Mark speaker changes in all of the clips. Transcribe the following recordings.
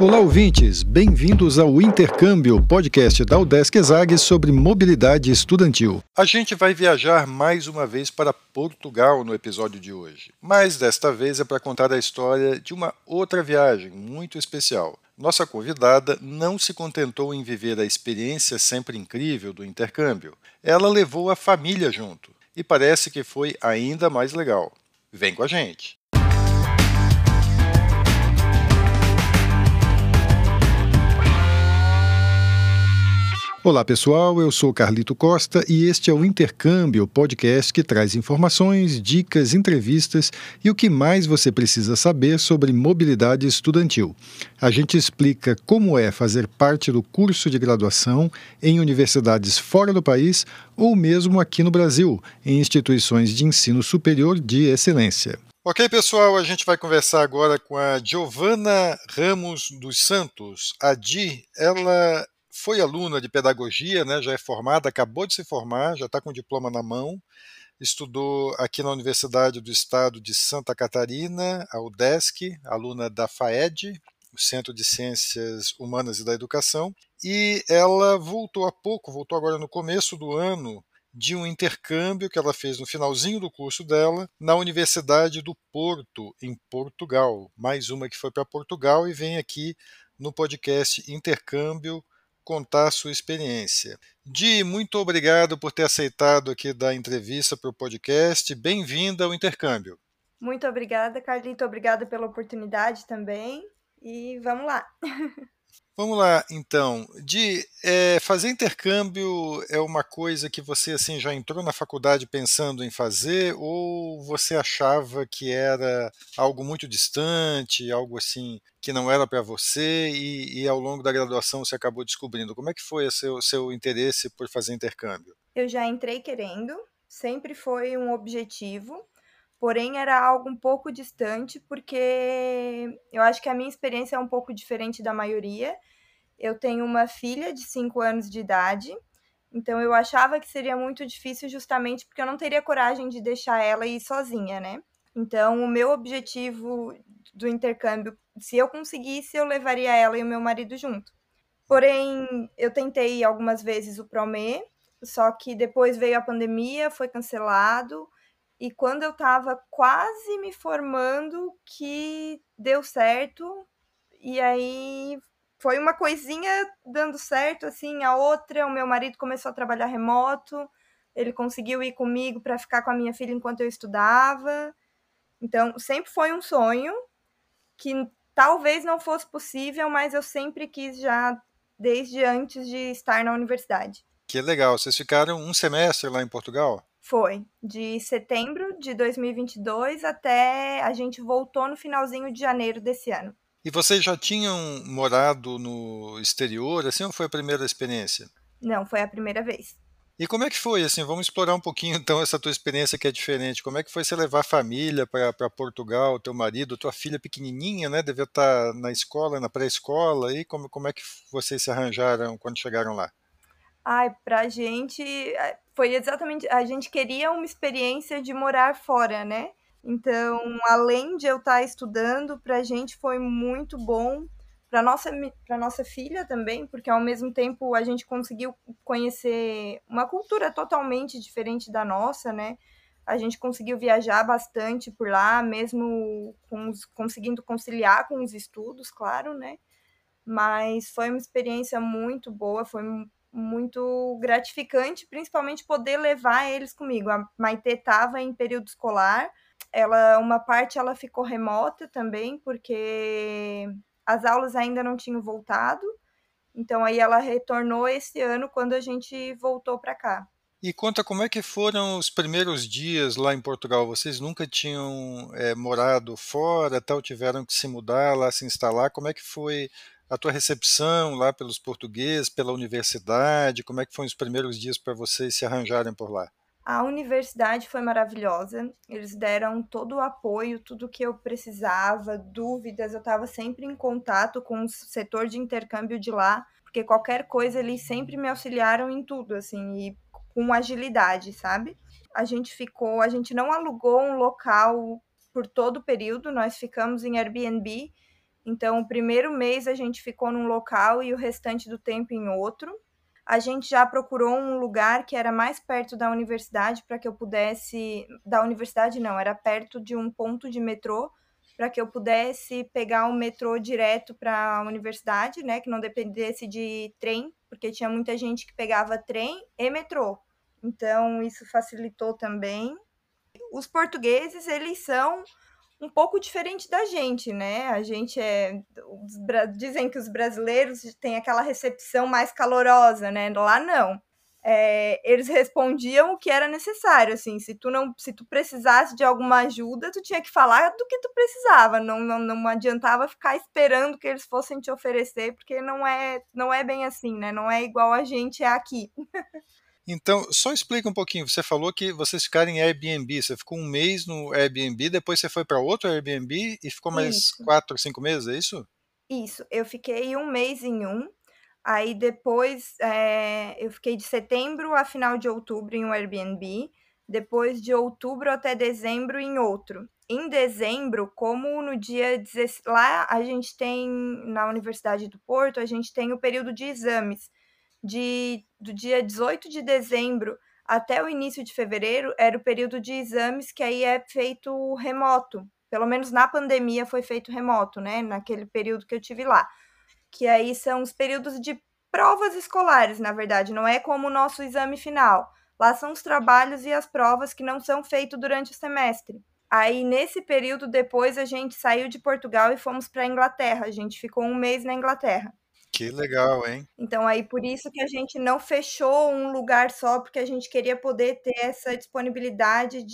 Speaker 1: Olá, ouvintes! Bem-vindos ao Intercâmbio, podcast da UDESC ESAG sobre mobilidade estudantil. A gente vai viajar mais uma vez para Portugal no episódio de hoje, mas desta vez é para contar a história de uma outra viagem muito especial. Nossa convidada não se contentou em viver a experiência sempre incrível do intercâmbio. Ela levou a família junto e parece que foi ainda mais legal. Vem com a gente! Olá pessoal, eu sou Carlito Costa e este é o Intercâmbio, podcast que traz informações, dicas, entrevistas e o que mais você precisa saber sobre mobilidade estudantil. A gente explica como é fazer parte do curso de graduação em universidades fora do país ou mesmo aqui no Brasil, em instituições de ensino superior de excelência. Ok, pessoal, a gente vai conversar agora com a Giovana Ramos dos Santos. A Di, ela foi aluna de pedagogia, né, já é formada, acabou de se formar, já está com o diploma na mão, estudou aqui na Universidade do Estado de Santa Catarina, a UDESC, aluna da FAED, o Centro de Ciências Humanas e da Educação, e ela voltou agora no começo do ano, de um intercâmbio que ela fez no finalzinho do curso dela, na Universidade do Porto, em Portugal. Mais uma que foi para Portugal e vem aqui no podcast Intercâmbio contar a sua experiência. Di, muito obrigado por ter aceitado aqui dar entrevista para o podcast. Bem-vinda ao Intercâmbio.
Speaker 2: Muito obrigada, Carlito. Obrigada pela oportunidade também. E vamos lá.
Speaker 1: Vamos lá, então. Di, fazer intercâmbio é uma coisa que você assim já entrou na faculdade pensando em fazer ou você achava que era algo muito distante, algo assim que não era para você e ao longo da graduação você acabou descobrindo? Como é que foi o seu interesse por fazer intercâmbio?
Speaker 2: Eu já entrei querendo, sempre foi um objetivo, porém era algo um pouco distante, porque eu acho que a minha experiência é um pouco diferente da maioria. Eu tenho uma filha de 5 anos de idade, então eu achava que seria muito difícil justamente porque eu não teria coragem de deixar ela ir sozinha, né? Então, o meu objetivo do intercâmbio, se eu conseguisse, eu levaria ela e o meu marido junto. Porém, eu tentei algumas vezes o ProME, só que depois veio a pandemia, foi cancelado, e quando eu estava quase me formando que deu certo, e aí foi uma coisinha dando certo, assim, a outra, o meu marido começou a trabalhar remoto, ele conseguiu ir comigo para ficar com a minha filha enquanto eu estudava. Então, sempre foi um sonho que talvez não fosse possível, mas eu sempre quis já desde antes de estar na universidade.
Speaker 1: Que legal, vocês ficaram um semestre lá em Portugal?
Speaker 2: Foi, de setembro de 2022 até a gente voltou no finalzinho de janeiro desse ano.
Speaker 1: E vocês já tinham morado no exterior, assim, ou foi a primeira experiência?
Speaker 2: Não, foi a primeira vez.
Speaker 1: E como é que foi, assim, vamos explorar um pouquinho então essa tua experiência que é diferente. Como é que foi você levar a família para Portugal, teu marido, tua filha pequenininha, né, devia estar na escola, na pré-escola, e como é que vocês se arranjaram quando chegaram lá?
Speaker 2: Ai, pra gente foi exatamente, a gente queria uma experiência de morar fora, né? Então, além de eu estar estudando, pra gente foi muito bom, para nossa filha também, porque ao mesmo tempo a gente conseguiu conhecer uma cultura totalmente diferente da nossa, né? A gente conseguiu viajar bastante por lá, mesmo conseguindo conciliar com os estudos, claro, né? Mas foi uma experiência muito boa, foi muito gratificante, principalmente poder levar eles comigo. A Maitê estava em período escolar, uma parte ela ficou remota também, porque as aulas ainda não tinham voltado, então aí ela retornou esse ano quando a gente voltou para cá.
Speaker 1: E conta como é que foram os primeiros dias lá em Portugal. Vocês nunca tinham morado fora, tal, tiveram que se mudar lá, se instalar. Como é que foi a tua recepção lá pelos portugueses, pela universidade? Como é que foram os primeiros dias para vocês se arranjarem por lá?
Speaker 2: A universidade foi maravilhosa, eles deram todo o apoio, tudo que eu precisava, dúvidas, eu estava sempre em contato com o setor de intercâmbio de lá, porque qualquer coisa eles sempre me auxiliaram em tudo, assim, e com agilidade, sabe? A gente não alugou um local por todo o período, nós ficamos em Airbnb, Então, o primeiro mês a gente ficou num local e o restante do tempo em outro. A gente já procurou um lugar que era mais perto da universidade para que eu pudesse. Da universidade, não, era perto de um ponto de metrô para que eu pudesse pegar o metrô direto para a universidade, né? Que não dependesse de trem, porque tinha muita gente que pegava trem e metrô. Então, isso facilitou também. Os portugueses, eles são um pouco diferente da gente, né? A gente dizem que os brasileiros têm aquela recepção mais calorosa, né? Lá não. Eles respondiam o que era necessário, assim, se tu precisasse de alguma ajuda, tu tinha que falar do que tu precisava, não adiantava ficar esperando que eles fossem te oferecer, porque não é bem assim, né? Não é igual a gente é aqui.
Speaker 1: Então, só explica um pouquinho. Você falou que vocês ficaram em Airbnb. Você ficou um mês no Airbnb, depois você foi para outro Airbnb e ficou mais
Speaker 2: Isso.
Speaker 1: 4, 5 meses, é isso?
Speaker 2: Isso, eu fiquei um mês em um, aí depois eu fiquei de setembro a final de outubro em um Airbnb, depois de outubro até dezembro em outro. Em dezembro, como no dia 16, lá a gente tem, na Universidade do Porto, a gente tem o período de exames. Do dia 18 de dezembro até o início de fevereiro era o período de exames que aí é feito remoto. Pelo menos na pandemia foi feito remoto, né? Naquele período que eu tive lá. Que aí são os períodos de provas escolares, na verdade, não é como o nosso exame final. Lá são os trabalhos e as provas que não são feitos durante o semestre. Aí, nesse período, depois a gente saiu de Portugal e fomos para a Inglaterra. A gente ficou um mês na Inglaterra.
Speaker 1: Que legal, hein?
Speaker 2: Então, aí por isso que a gente não fechou um lugar só, porque a gente queria poder ter essa disponibilidade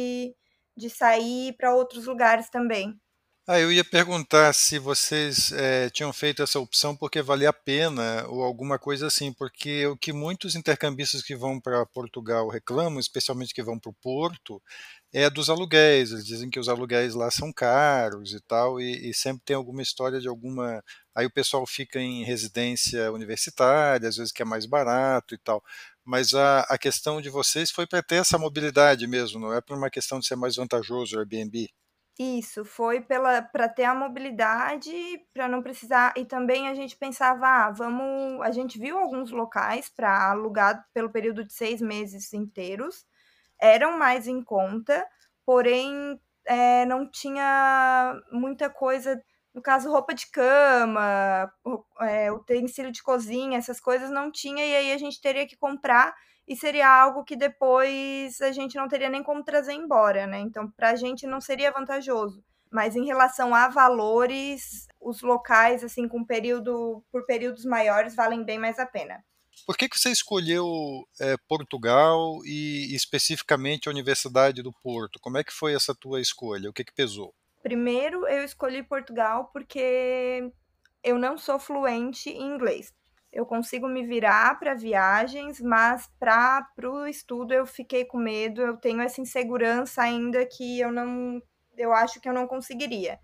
Speaker 2: de sair para outros lugares também.
Speaker 1: Ah, eu ia perguntar se vocês tinham feito essa opção porque valia a pena ou alguma coisa assim, porque o que muitos intercambistas que vão para Portugal reclamam, especialmente que vão para o Porto, é dos aluguéis. Eles dizem que os aluguéis lá são caros e tal, e sempre tem alguma história de alguma. Aí o pessoal fica em residência universitária, às vezes que é mais barato e tal. Mas a questão de vocês foi para ter essa mobilidade mesmo, não é por uma questão de ser mais vantajoso o Airbnb.
Speaker 2: Isso, foi para ter a mobilidade, para não precisar. E também a gente pensava, vamos. A gente viu alguns locais para alugar pelo período de 6 meses inteiros, eram mais em conta, porém não tinha muita coisa. No caso, roupa de cama, utensílio de cozinha, essas coisas não tinha, e aí a gente teria que comprar e seria algo que depois a gente não teria nem como trazer embora, né? Então, para a gente não seria vantajoso. Mas em relação a valores, os locais, assim, por períodos maiores, valem bem mais a pena.
Speaker 1: Por que você escolheu Portugal e especificamente a Universidade do Porto? Como é que foi essa tua escolha? O que pesou?
Speaker 2: Primeiro, eu escolhi Portugal porque eu não sou fluente em inglês. Eu consigo me virar para viagens, mas para o estudo eu fiquei com medo. Eu tenho essa insegurança ainda que eu acho que eu não conseguiria.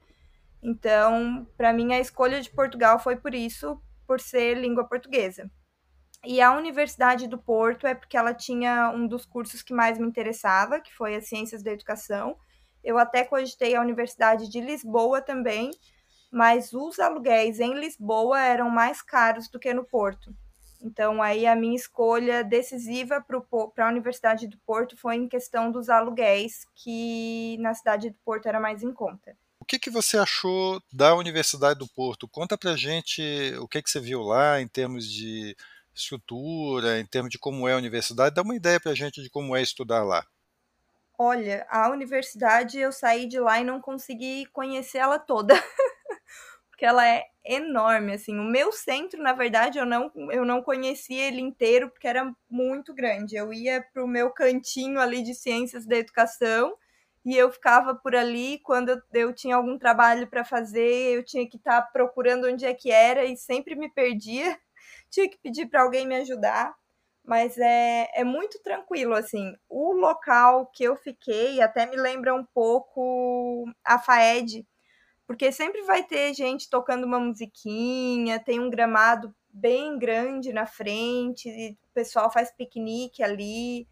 Speaker 2: Então, para mim, a escolha de Portugal foi por isso, por ser língua portuguesa. E a Universidade do Porto é porque ela tinha um dos cursos que mais me interessava, que foi as Ciências da Educação. Eu até cogitei a Universidade de Lisboa também, mas os aluguéis em Lisboa eram mais caros do que no Porto. Então, aí a minha escolha decisiva para a Universidade do Porto foi em questão dos aluguéis, que na cidade do Porto era mais em conta.
Speaker 1: O que você achou da Universidade do Porto? Conta pra gente o que você viu lá em termos de estrutura, em termos de como é a universidade. Dá uma ideia pra gente de como é estudar lá.
Speaker 2: Olha, a universidade eu saí de lá e não consegui conhecer ela toda. Porque ela é enorme, assim. O meu centro, na verdade, eu não conhecia ele inteiro, porque era muito grande. Eu ia para o meu cantinho ali de ciências da educação e eu ficava por ali. Quando eu tinha algum trabalho para fazer, eu tinha que estar procurando onde é que era e sempre me perdia. Tinha que pedir para alguém me ajudar. Mas é muito tranquilo, assim. O local que eu fiquei até me lembra um pouco a FAED, porque sempre vai ter gente tocando uma musiquinha, tem um gramado bem grande na frente, e o pessoal faz piquenique ali.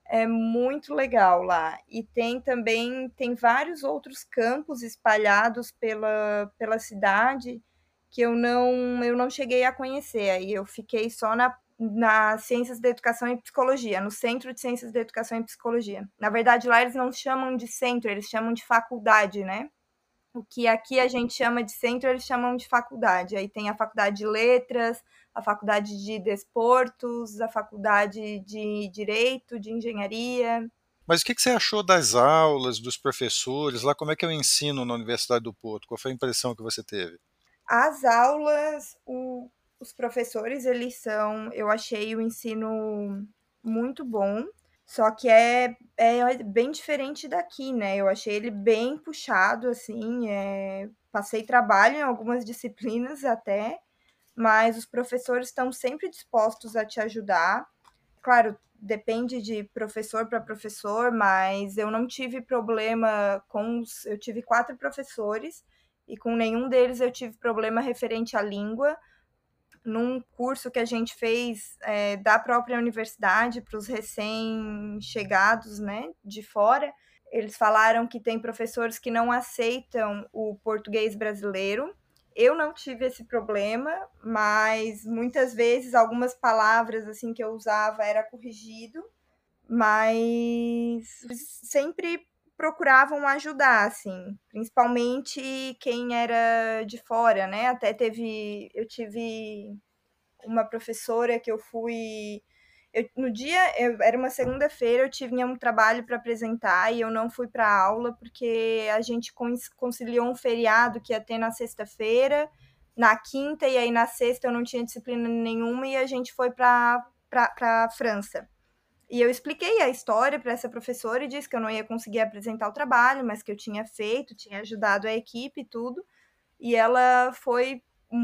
Speaker 2: É muito legal lá. E tem também, tem vários outros campos espalhados pela cidade que eu não cheguei a conhecer. Aí eu fiquei só na Ciências da Educação e Psicologia, no Centro de Ciências da Educação e Psicologia. Na verdade, lá eles não chamam de centro, eles chamam de faculdade, né? O que aqui a gente chama de centro, eles chamam de faculdade. Aí tem a faculdade de letras, a faculdade de desportos, a faculdade de direito, de engenharia.
Speaker 1: Mas o que você achou das aulas, dos professores, lá como é que é o ensino na Universidade do Porto? Qual foi a impressão que você teve?
Speaker 2: As aulas, os professores, eles são, eu achei o ensino muito bom, só que é bem diferente daqui, né? Eu achei ele bem puxado, assim, passei trabalho em algumas disciplinas até, mas os professores estão sempre dispostos a te ajudar. Claro, depende de professor para professor, mas eu não tive problema com os. Eu tive 4 professores e com nenhum deles eu tive problema referente à língua. Num curso que a gente fez da própria universidade para os recém-chegados, né, de fora, eles falaram que tem professores que não aceitam o português brasileiro. Eu não tive esse problema, mas muitas vezes algumas palavras assim que eu usava era corrigido, mas sempre procuravam ajudar, assim, principalmente quem era de fora, né? Até eu tive uma professora que eu fui. No dia, era uma segunda-feira, eu tinha um trabalho para apresentar e eu não fui para a aula porque a gente conciliou um feriado que ia ter na sexta-feira, na quinta, e aí na sexta eu não tinha disciplina nenhuma e a gente foi para a França. E eu expliquei a história para essa professora e disse que eu não ia conseguir apresentar o trabalho, mas que eu tinha feito, tinha ajudado a equipe e tudo. E ela foi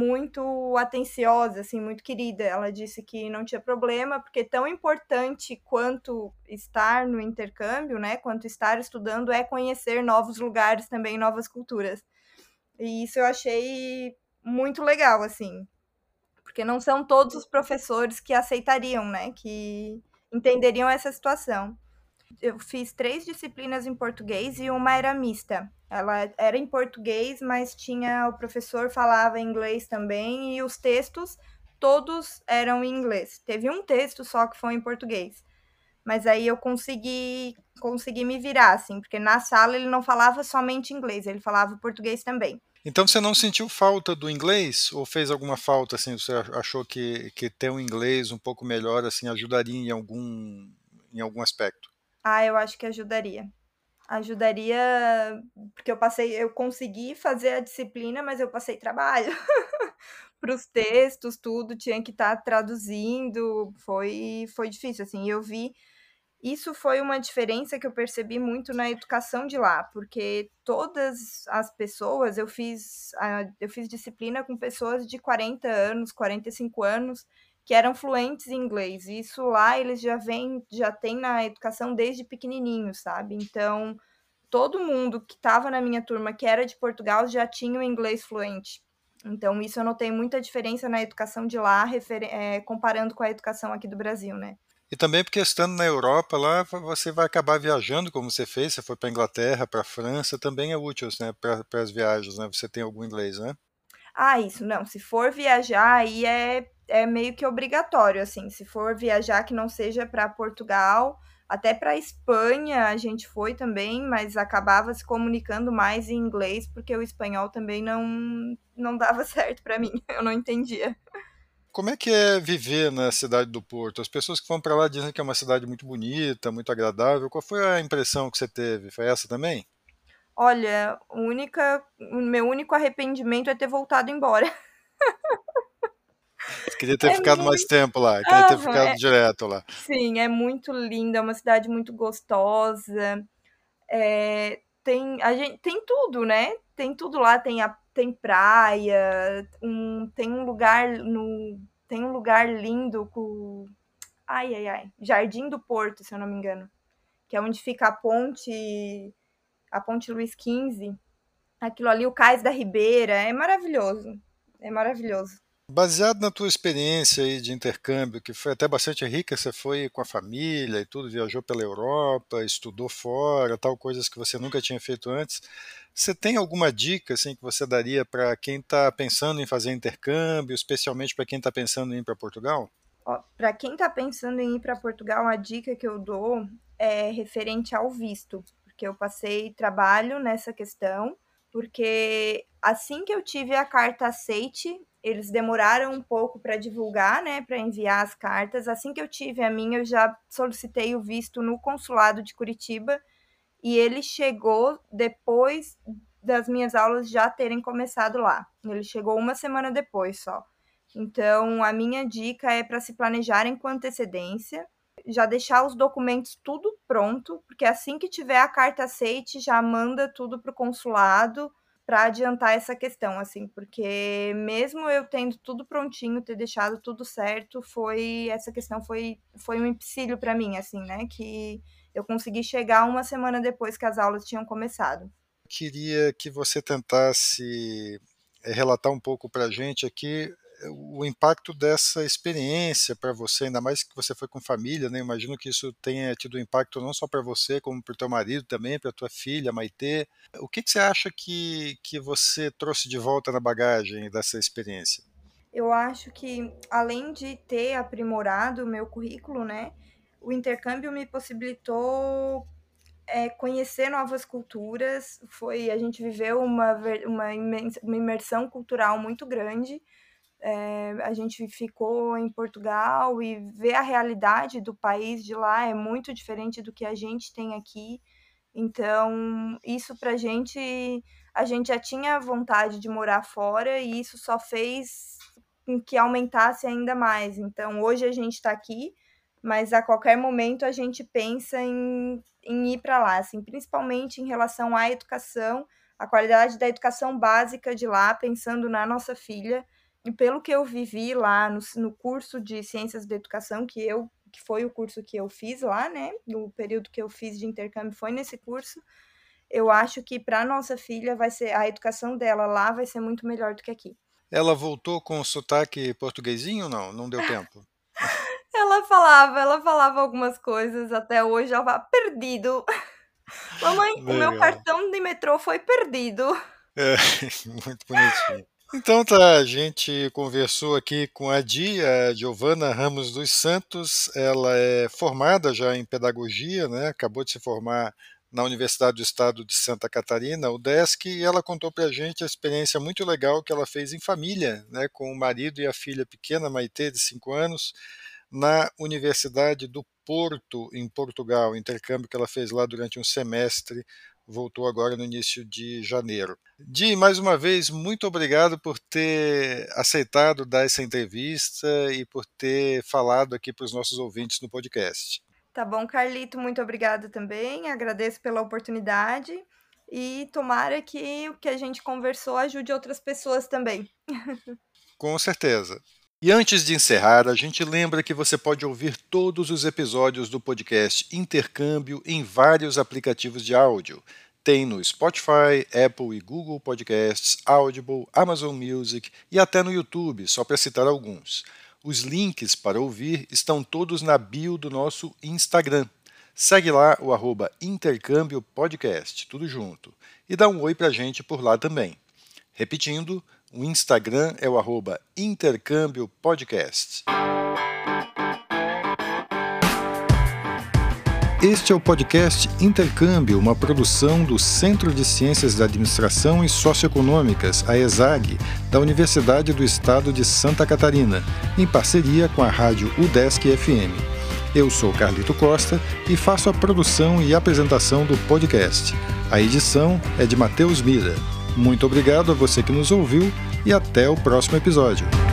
Speaker 2: muito atenciosa, assim, muito querida. Ela disse que não tinha problema, porque tão importante quanto estar no intercâmbio, né, quanto estar estudando, é conhecer novos lugares também, novas culturas. E isso eu achei muito legal, assim, porque não são todos os professores que aceitariam, né, que entenderiam essa situação. Eu fiz 3 disciplinas em português e uma era mista. Ela era em português, mas tinha o professor falava inglês também e os textos todos eram em inglês. Teve um texto só que foi em português. Mas aí eu consegui me virar assim, porque na sala ele não falava somente inglês, ele falava português também.
Speaker 1: Então você não sentiu falta do inglês ou fez alguma falta assim? Você achou que ter um inglês um pouco melhor assim ajudaria em algum aspecto?
Speaker 2: Ah, eu acho que ajudaria. Ajudaria, porque eu consegui fazer a disciplina, mas eu passei trabalho. Para os textos, tudo, tinha que estar traduzindo, foi difícil, assim, eu vi isso foi uma diferença que eu percebi muito na educação de lá, porque todas as pessoas, eu fiz disciplina com pessoas de 40 anos, 45 anos, que eram fluentes em inglês, e isso lá eles já tem na educação desde pequenininho, sabe? Então, todo mundo que estava na minha turma que era de Portugal já tinha o inglês fluente. Então, isso eu notei muita diferença na educação de lá, comparando com a educação aqui do Brasil, né?
Speaker 1: E também porque estando na Europa lá, você vai acabar viajando como você fez, você foi para a Inglaterra, para a França, também é útil, né, para as viagens, né? Você tem algum inglês, né?
Speaker 2: Ah, isso, não, se for viajar, aí é meio que obrigatório, assim, se for viajar que não seja para Portugal, até para Espanha a gente foi também, mas acabava se comunicando mais em inglês, porque o espanhol também não dava certo para mim, eu não entendia.
Speaker 1: Como é que é viver na cidade do Porto? As pessoas que vão para lá dizem que é uma cidade muito bonita, muito agradável. Qual foi a impressão que você teve? Foi essa também?
Speaker 2: Olha, o meu único arrependimento é ter voltado embora.
Speaker 1: Você queria ter
Speaker 2: É
Speaker 1: ficado mais
Speaker 2: muito.
Speaker 1: tempo lá, queria ter
Speaker 2: Aham,
Speaker 1: ficado direto lá.
Speaker 2: sim, é muito linda, é uma cidade muito gostosa. Tem tudo, né? Tem tudo lá, tem praia, tem um lugar lindo com, ai, ai, ai, Jardim do Porto, se eu não me engano, que é onde fica a ponte Luiz XV. Aquilo ali, o Cais da Ribeira, é maravilhoso. É maravilhoso.
Speaker 1: Baseado na tua experiência aí de intercâmbio, que foi até bastante rica, você foi com a família e tudo, viajou pela Europa, estudou fora, tal, coisas que você nunca tinha feito antes. Você tem alguma dica assim, que você daria para quem está pensando em fazer intercâmbio, especialmente para quem está pensando em ir para Portugal?
Speaker 2: Para quem está pensando em ir para Portugal, a dica que eu dou é referente ao visto, porque eu passei trabalho nessa questão, porque assim que eu tive a carta aceite, eles demoraram um pouco para divulgar, né, para enviar as cartas. Assim que eu tive a minha, eu já solicitei o visto no consulado de Curitiba e ele chegou depois das minhas aulas já terem começado lá. Ele chegou uma semana depois só. Então, a minha dica é para se planejarem com antecedência, já deixar os documentos tudo pronto, porque assim que tiver a carta aceite, já manda tudo para o consulado para adiantar essa questão, assim, porque mesmo eu tendo tudo prontinho, ter deixado tudo certo, essa questão foi um empecilho para mim, assim, né, que eu consegui chegar uma semana depois que as aulas tinham começado.
Speaker 1: Queria que você tentasse relatar um pouco para a gente aqui o impacto dessa experiência para você, ainda mais que você foi com família, né? Imagino que isso tenha tido impacto não só para você, como para o teu marido também, para a tua filha, Maitê. O que você acha que você trouxe de volta na bagagem dessa experiência?
Speaker 2: Eu acho que, além de ter aprimorado o meu currículo, né, o intercâmbio me possibilitou conhecer novas culturas. A gente viveu uma imersão cultural muito grande. A gente ficou em Portugal e ver a realidade do país de lá é muito diferente do que a gente tem aqui. Então, isso pra gente, a gente já tinha vontade de morar fora e isso só fez com que aumentasse ainda mais. Então, hoje a gente está aqui, mas a qualquer momento a gente pensa em ir para lá, assim, principalmente em relação à educação, a qualidade da educação básica de lá, pensando na nossa filha. E pelo que eu vivi lá no curso de Ciências da Educação, que foi o curso que eu fiz lá, né? No período que eu fiz de intercâmbio foi nesse curso. Eu acho que para nossa filha a educação dela lá vai ser muito melhor do que aqui.
Speaker 1: Ela voltou com o sotaque portuguesinho ou não? Não deu tempo?
Speaker 2: Ela falava algumas coisas até hoje, ela fala, perdido. Mamãe, o meu
Speaker 1: Legal.
Speaker 2: cartão de metrô foi perdido.
Speaker 1: É, muito bonitinho. Então tá, a gente conversou aqui com a Giovana Ramos dos Santos. Ela é formada já em pedagogia, né? Acabou de se formar na Universidade do Estado de Santa Catarina, UDESC, e ela contou para a gente a experiência muito legal que ela fez em família, né? Com o marido e a filha pequena, Maitê, de 5 anos, na Universidade do Porto, em Portugal, intercâmbio que ela fez lá durante um semestre, voltou agora no início de janeiro. Di, mais uma vez, muito obrigado por ter aceitado dar essa entrevista e por ter falado aqui para os nossos ouvintes no podcast.
Speaker 2: Tá bom, Carlito, muito obrigada também. Agradeço pela oportunidade e tomara que o que a gente conversou ajude outras pessoas também.
Speaker 1: Com certeza. E antes de encerrar, a gente lembra que você pode ouvir todos os episódios do podcast Intercâmbio em vários aplicativos de áudio. Tem no Spotify, Apple e Google Podcasts, Audible, Amazon Music e até no YouTube, só para citar alguns. Os links para ouvir estão todos na bio do nosso Instagram. Segue lá o @Intercâmbio Podcast, tudo junto. E dá um oi pra gente por lá também. Repetindo, o Instagram é o @Intercâmbio Podcast. Este é o podcast Intercâmbio, uma produção do Centro de Ciências da Administração e Socioeconômicas, a ESAG, da Universidade do Estado de Santa Catarina, em parceria com a rádio UDESC FM. Eu sou Carlito Costa e faço a produção e apresentação do podcast. A edição é de Matheus Mira. Muito obrigado a você que nos ouviu e até o próximo episódio.